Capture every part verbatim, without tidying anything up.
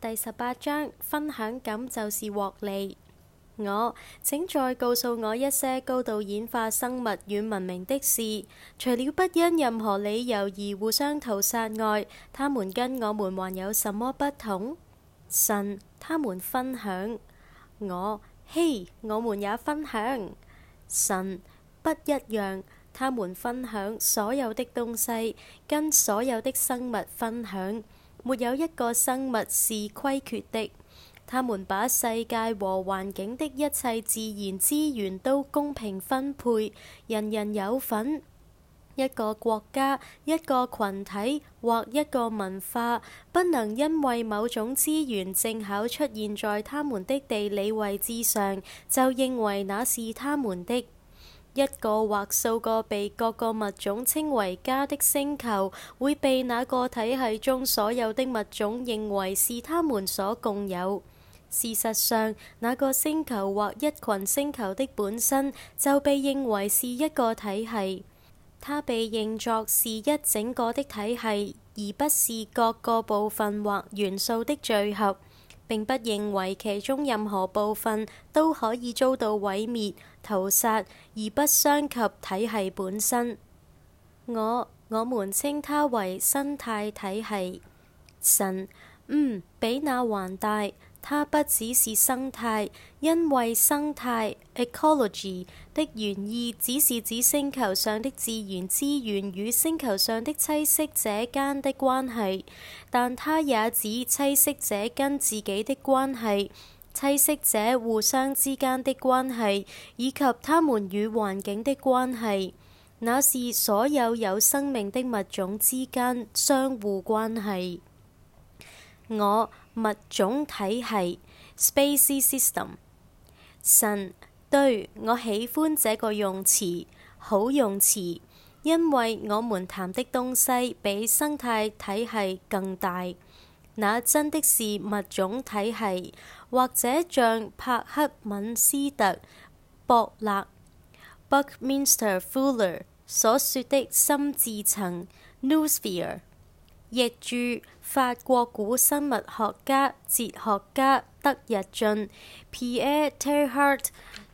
第十八章，分享感就是獲利。我，請再告訴我一些高度演化生物與文明的事，除了不因任何理由而互相屠殺外，他們跟我們還有什麼不同？神，他們分享。我，嘿，我們也分享。神，不一樣，他們分享所有的東西，跟所有的生物分享。沒有一個生物是虧缺的，他們把世界和環境的一切自然資源都公平分配，人人有份。一個國家、一個群體或一個文化，不能因為某種資源正巧出現在他們的地理位置上，就認為那是他們的。一個或數個被各個物種稱為家的星球，會被那個體系中所有的物種認為是他們所共有。事實上，那個星球或一群星球的本身就被認為是一個體系，它被認作是一整個的體系，而不是各個部分或元素的聚合。並不認為其中任何部分都可以遭到毀滅、屠殺，而不傷及體系本身。我我們稱它為生態體系。神，嗯，比那還大。它不只是生態，因為生態 ecology 的原意只是指星球上的自然資源與星球上的棲息者間的關係，但它也指棲息者跟自己的關係、棲息者互相之間的關係，以及他們與環境的關係，那是所有有生命的物種之間相互關係。我物種體系 （Species System）。神，對，我喜歡這個用詞，好用詞，因為我們談的東西比生態體系更大。那真的是物種體系，或者像帕克敏斯特·博勒 （Buckminster Fuller） 所說的心智層 （Noosphere）。譯註：法國古生物學家、哲學家德日進 （Pierre Teilhard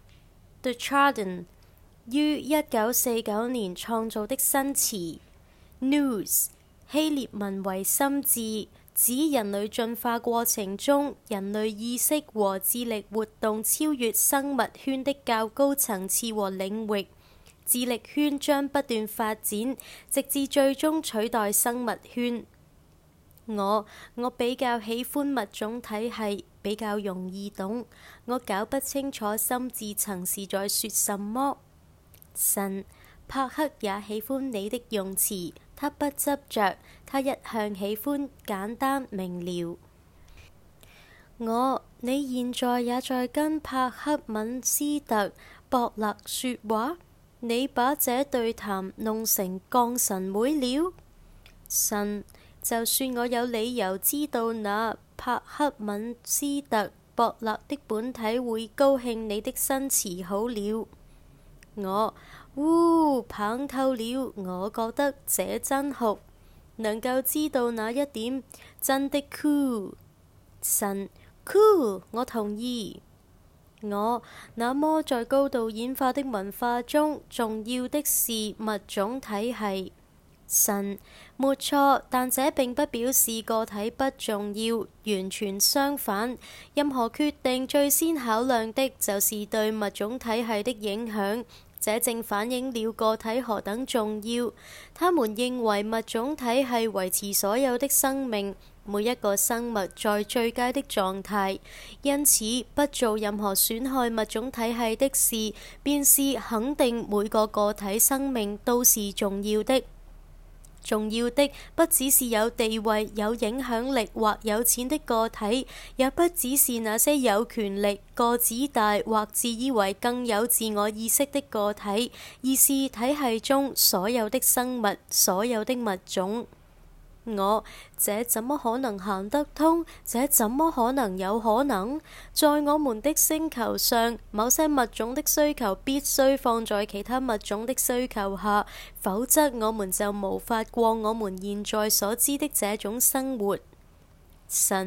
de Chardin） 於一九四九年創造的新詞 nous， 希臘文為心智，指人類進化過程中人類意識和智力活動超越生物圈的較高層次和領域。智力圈將不斷發展，直至最終取代生物圈。我我比較喜歡物種體系，比較容易懂。我搞不清楚心智層是在說什麼。神，帕克也喜歡你的用詞，他不執着，他一向喜歡簡單明瞭。我，你現在也在跟帕克敏斯特博勒說話？你把這對談弄成降神會了？神，就算我有理由知道那帕克敏斯特博勒的本體會高興你的新詞好了。我，嗚，棒透了！我覺得這真酷，能夠知道那一點真的酷。神，酷，我同意。我，那麼在高度演化的文化中，重要的是物種體系。神，沒錯，但這並不表示個體不重要，完全相反。任何決定最先考量的就是對物種體系的影響，這正反映了個體何等重要。他們認為物種體系維持所有的生命，每一個生物在最佳的狀態，因此不做任何損害物種體系的事，便是肯定每個個體生命都是重要的。重要的不只是有地位、有影響力或有錢的個體，也不只是那些有權力、個子大或自以為更有自我意識的個體，而是體系中所有的生物、所有的物種。我，這怎麼可能行得通？這怎麼可能有可能？在我們的星球上，某些物種的需求必須放在其他物種的需求下，否則我們就無法過我們現在所知的這種生活。神，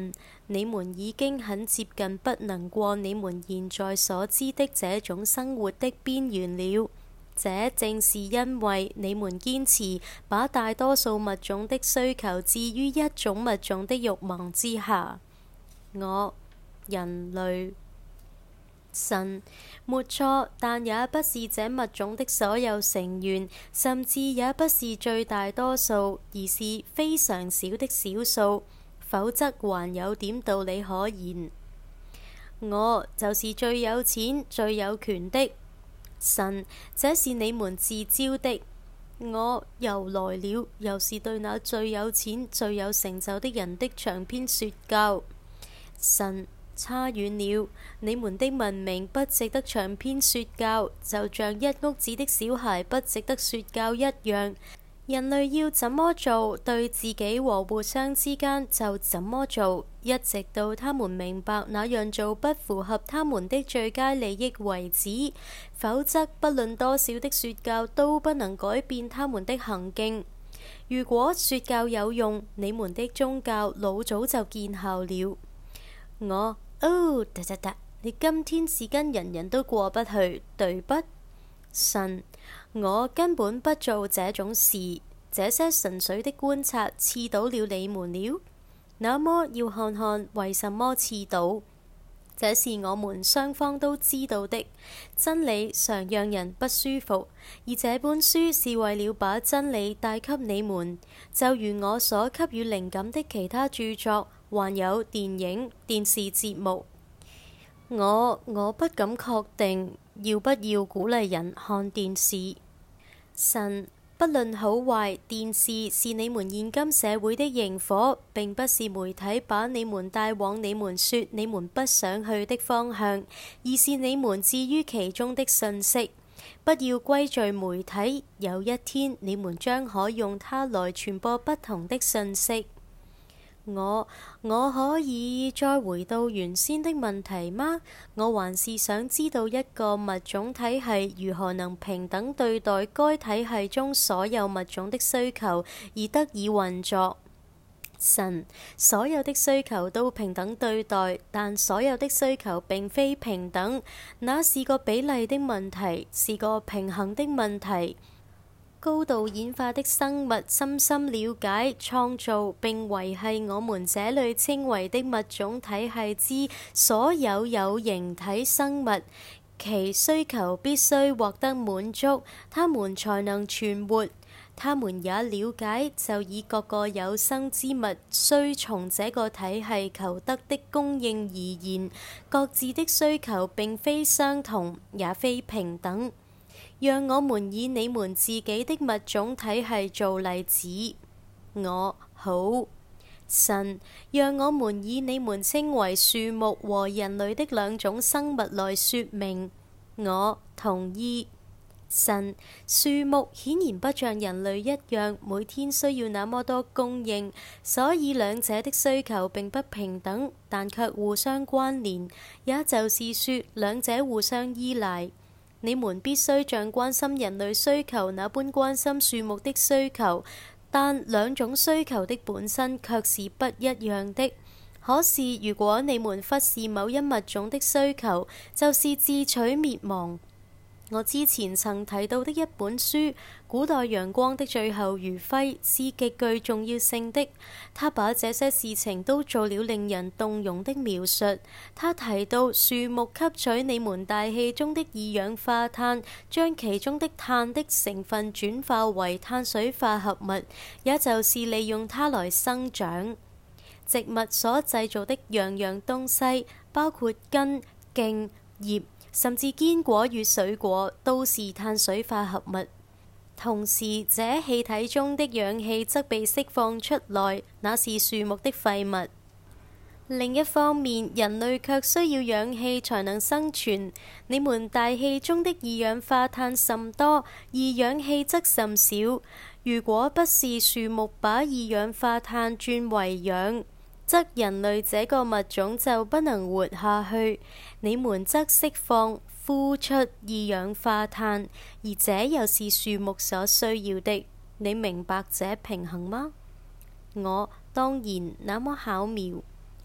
你們已經很接近不能過你們現在所知的這種生活的邊緣了。這正是因為你們堅持把大多數物種的需求置於一種物種的慾望之下。我，人類。神，沒錯，但也不是這物種的所有成員，甚至也不是最大多數，而是非常少的少數，否則還有點道理可言。我就是最有錢、最有權的。神，這是你們自招的。我又來了，又是對那最有錢、最有成就的人的長篇說教。神，差遠了，你們的文明不值得長篇說教，就像一屋子的小孩不值得說教一樣。人類要怎麼做，對自己和互相之間就怎麼做，一直到他們明白那樣做不符合他們的最佳利益為止，否則不論多少的說教都不能改變他們的行徑。如果說教有用，你們的宗教老早就見效了。我，哦，噠噠噠，你今天是跟人人都過不去，對不？神，我根本不做這種事，這些純粹的觀察刺倒了你們了。那麼要看看為什麼刺倒，這是我們雙方都知道的。真理常讓人不舒服，而這本書是為了把真理帶給你們，就如我所給予靈感的其他著作，還有電影、電視節目。我我不敢確定要不要鼓勵人看電視。神，不論好壞，電視是你們現今社會的螢火，並不是媒體把你們帶往你們說你們不想去的方向，而是你們置於其中的信息。不要歸罪媒體，有一天你們將可用它來傳播不同的信息。我我可以再回到原先的問題嗎？我還是想知道一個物種體系如何能平等對待該體系中所有物種的需求而得以運作。神，所有的需求都平等對待，但所有的需求並非平等，那是個比例的問題，是個平衡的問題。高度演化的生物深深了解、創造並維繫我們這類稱為的物種體系之所有有形體生物，其需求必須獲得滿足，它們才能存活。他們也了解，就以各個有生之物須從這個體系求得的供應而言，各自的需求並非相同，也非平等。讓我們以你們自己的物種體系做例子。我，好。神，讓我們以你們稱為樹木和人類的兩種生物來說明。我，同意。神，樹木顯然不像人類一樣每天需要那麼多供應，所以兩者的需求並不平等，但卻互相關聯，也就是說兩者互相依賴。你們必須像關心人類需求那般關心樹木的需求，但兩種需求的本身卻是不一樣的。可是如果你們忽視某一物種的需求，就是自取滅亡。我之前曾提到的一本書《古代陽光的最後餘暉》是極具重要性的。他把這些事情都做了令人動容的描述。他提到樹木吸取你們大氣中的二氧化碳，將其中的碳的成分轉化為碳水化合物，也就是利用它來生長。植物所製造的樣樣東西，包括根、莖、葉，甚至堅果與水果都是碳水化合物，同時這氣體中的氧氣則被釋放出來，那是樹木的廢物。另一方面，人類卻需要氧氣才能生存。你們大氣中的二氧化碳甚多，而氧氣則甚少。如果不是樹木把二氧化碳轉為氧，則人類這個物種就不能活下去。你們則釋放、呼出二氧化碳，而這又是樹木所需要的。你明白這平衡嗎？我當然那麼巧妙。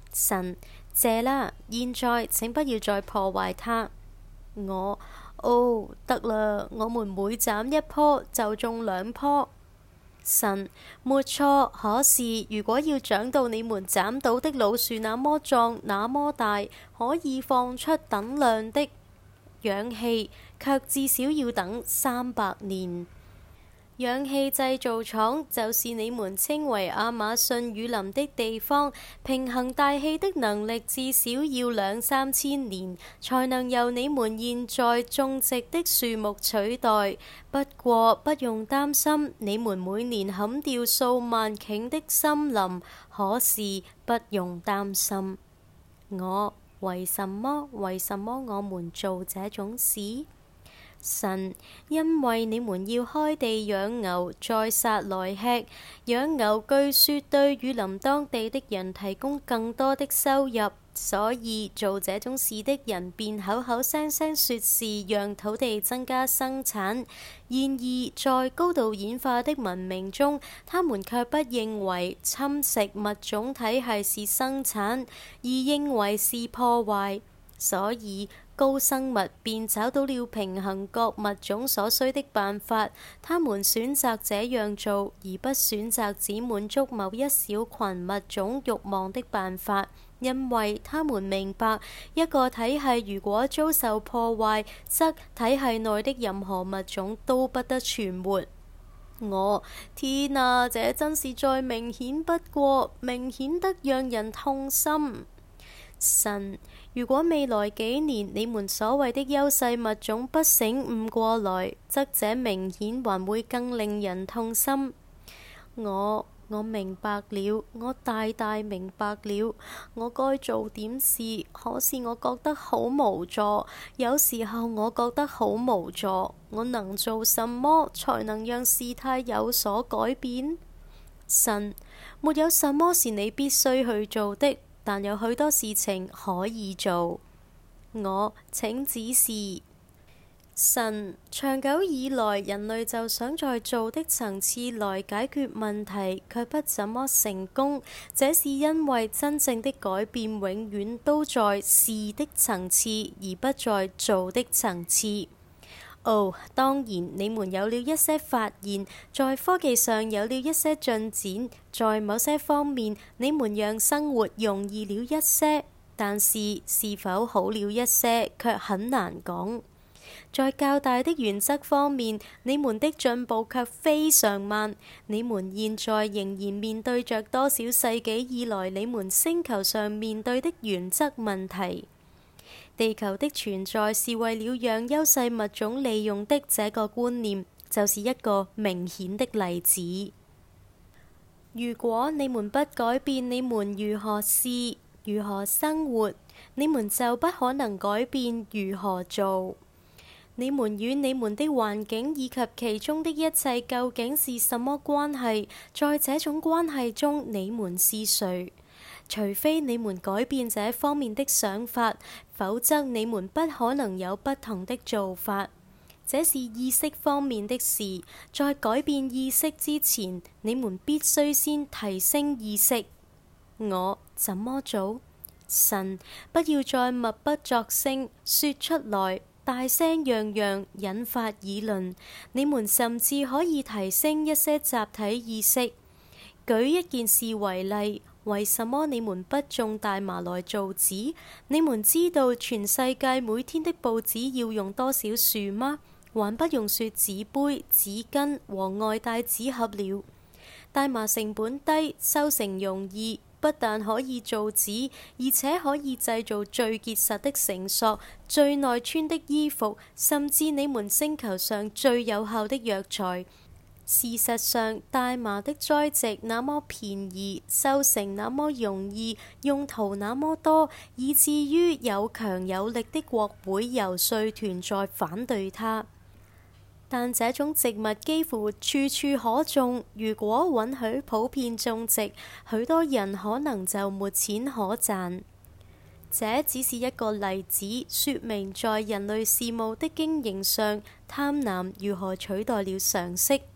神，謝啦，現在請不要再破壞它。我，哦，得啦，我們每斬一棵就種兩棵。神，沒錯，可是如果要長到你們斬到的老樹那麼壯那麼大，可以放出等量的氧氣，卻至少要等三百年。氧氣製造廠就是你們稱為亞馬遜雨林的地方，平衡大氣的能力至少要兩三千年，才能由你們現在種植的樹木取代。不過不用擔心，你們每年砍掉數萬頃的森林，可是不用擔心。我，為什麼？為什麼我們做這種事？神，因為你們要開地養牛，再殺來吃。養牛據說對雨林當地的人提供更多的收入，所以做這種事的人便口口聲聲說是讓土地增加生產。然而在高度演化的文明中，他們卻不認為侵蝕物種體系是生產，而認為是破壞。所以高生物便找到了平衡各物種所需的辦法，他們選擇這樣做，而不選擇只滿足某一小群物種慾望的辦法，因為他們明白一個體系如果遭受破壞，則體系內的任何物種都不得存活。我，天啊，這真是再明顯不過，明顯得讓人痛心。神，如果未來幾年你們所謂的優勢物種不醒悟過來，則這明顯還會更令人痛心。我，我明白了，我大大明白了，我該做點事，可是我覺得好無助，有時候我覺得好無助，我能做什麼才能讓事態有所改變？神，沒有什麼是你必須去做的，但有許多事情可以做。我，請指示。神，長久以來人類就想在做的層次來解決問題，卻不怎麼成功。這是因為真正的改變永遠都在事的層次，而不在做的層次。哦，當然，你們有了一些發現，在科技上有了一些進展，在某些方面，你們讓生活容易了一些，但是是否好了一些，卻很難講。在較大的原則方面，你們的進步卻非常慢。你們現在仍然面對着多少世紀以來你們星球上面對的原則問題。地球的存在是為了讓優勢物種利用的這個觀念，就是一個明顯的例子。如果你們不改變你們如何試、如何生活，你們就不可能改變如何做。你們與你們的環境以及其中的一切究竟是什麼關係？在這種關係中，你們是誰？除非你們改變這方面的想法，否則你們不可能有不同的做法。這是意識方面的事，在改變意識之前，你們必須先提升意識。我怎麼做？神，不要再默不作聲，說出來，大聲嚷嚷，引發議論。你們甚至可以提升一些集體意識。舉一件事為例。為什麼你們不種大麻來做紙？你們知道全世界每天的報紙要用多少樹嗎？還不用說紙杯、紙巾和外帶紙盒了。大麻成本低，收成容易，不但可以做紙，而且可以製造最結實的繩索、最耐穿的衣服，甚至你們星球上最有效的藥材。事實上，大麻的栽植那麼便宜，收成那麼容易，用途那麼多，以至於有強有力的國會遊說團在反對它。但這種植物幾乎處處可種，如果允許普遍種植，許多人可能就沒錢可賺。這只是一個例子，說明在人類事務的經營上，貪婪如何取代了常識。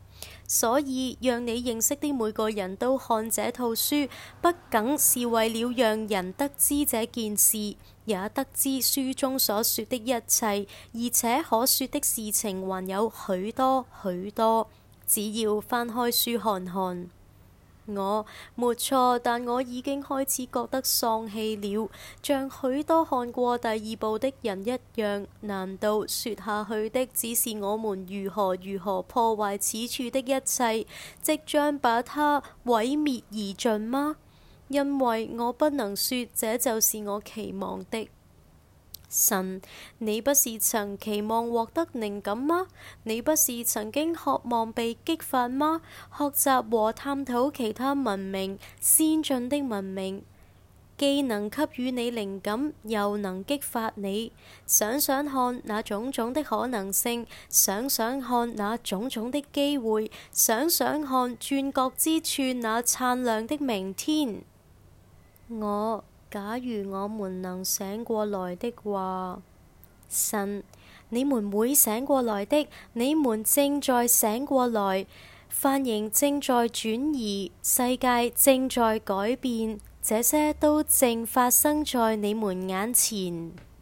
所以讓你認識的每個人都看這套書，不僅是為了讓人得知這件事，也得知書中所說的一切，而且可說的事情還有許多許多，只要翻開書看看。我沒錯，但我已經開始覺得喪氣了，像許多看過第二部的人一樣。難道說下去的只是我們如何如何破壞此處的一切，即將把它毀滅而盡嗎？因為我不能說這就是我期望的。神，你不是曾期望獲得靈感嗎？你不是曾經渴望被激發嗎？學習和探討其他文明，先進的文明，既能給予你靈感，又能激發你。想想看那種種的可能性，想想看那種種的機會，想想看轉角之處那燦亮的明天。我假如我們能醒過來的話，神，你們會醒過來的，你們正在醒過來，範型正在轉移，世界正在改變，這些都正發生在你們眼前。